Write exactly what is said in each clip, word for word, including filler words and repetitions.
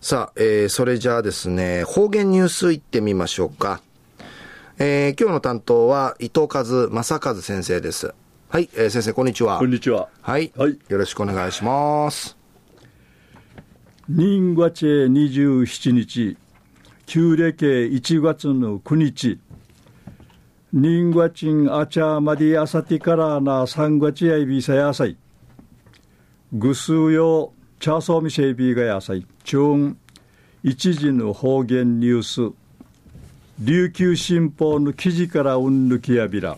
さあ、えー、それじゃあですね、方言ニュースいってみましょうか。えー、今日の担当は伊藤和正和先生です。はい、えー、先生こんにちは。 こんにちは。 はい、はい、よろしくお願いします。 にがつにじゅうしちにち、旧暦いちがつのくにち、にがつあちゃまであさてからなさんがつやいびさやさい、ぐすうよチャーソーミシェイビーがやさい、ちゅん一時の方言ニュース、琉球新報の記事からうんぬきやびら。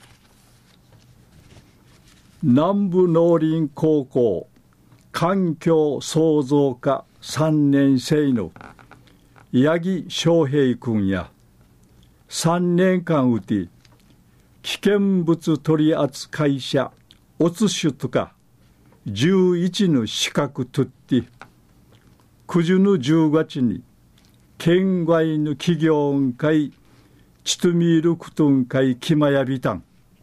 南部農林高校環境創造科さんねんせいの八木翔平君やさんねんかんうて危険物取扱者おつしゅとかじゅういちの資格とってくじゅのじゅうがつに県外の企業会ちとみるくとん会きまやびたん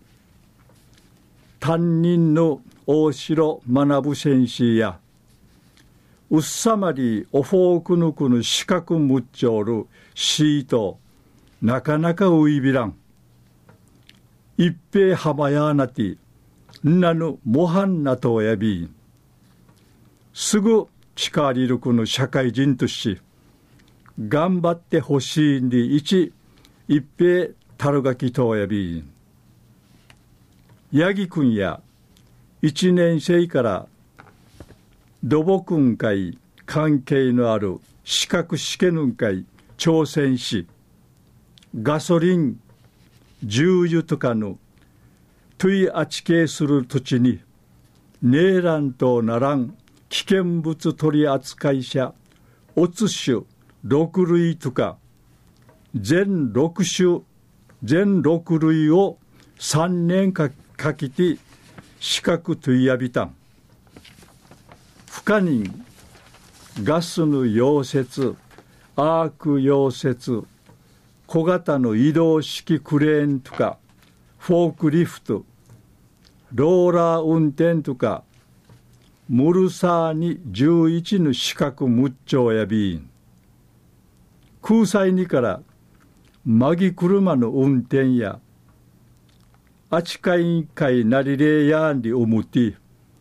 担任の大城学先生やうっさまりおフォークぬくの資格むっちょるシートなかなかういびらん一平はまやなてんなぬもはんなとやびんすぐ力りるくの社会人とし頑張ってほしいんで一一平たるがきとやびん八木くんや一年生から土木ん会関係のある資格試験ん会挑戦しガソリン重油とかのトゥイアチケする土地にネーランとならん危険物取扱者おつしゅ六類とか全六種全六類をさんねんかかけて資格とやびたん不可人ガスの溶接アーク溶接小型の移動式クレーンとかフォークリフトローラー運転とかムルサーにじゅういちの資格むっちょやびん空載にからマギ車の運転やあちかいんかいなりれやんりおむて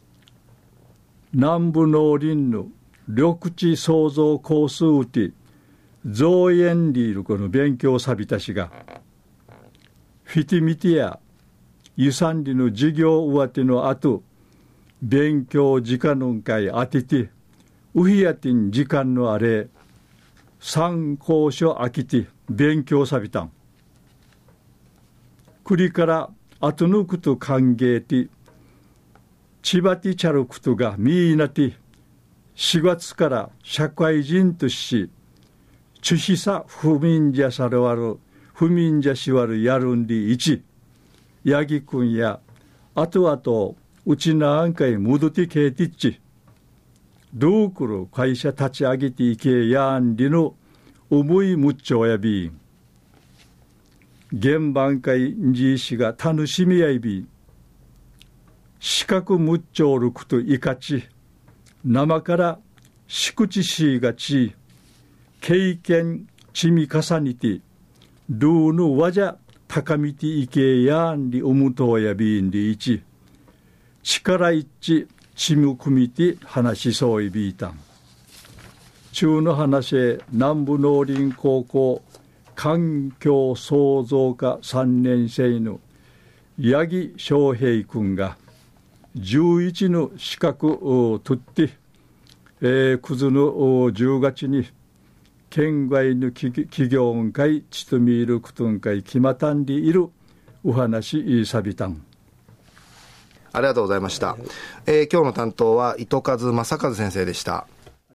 南部農林の緑地創造コースうて造園リールこの勉強さびたしがフィティミティやゆさんりの授業うわてのあと勉強時間の会あててうひやてん時間のあれ参考書あきて勉強さびたんくりからあとぬくと歓迎てちばてちゃることがみいなてしがつから社会人としちゅひさ不眠じゃさるわる不眠じゃしわるやるんりいち八木くんやあとあとうちなあんかい戻ってけいてっちどうくる会社立ち上げていけやんりの思いむっちょやびん現番会じいしが楽しみやいび資格むっちょるくといかち生からしくちしがち経験ちみ重ねてルーのわじゃ高みていけやんりおむとやびんりいち力一致ちむくみて話しそういびいたん中の話南部農林高校環境創造科さんねんせいの八木翔平君がじゅういちの資格を取って、えー、くずのじゅうがつに県外の企業会ちとみるくとん会決またんでいるお話さびたんありがとうございました、えー、今日の担当は糸数正和先生でした。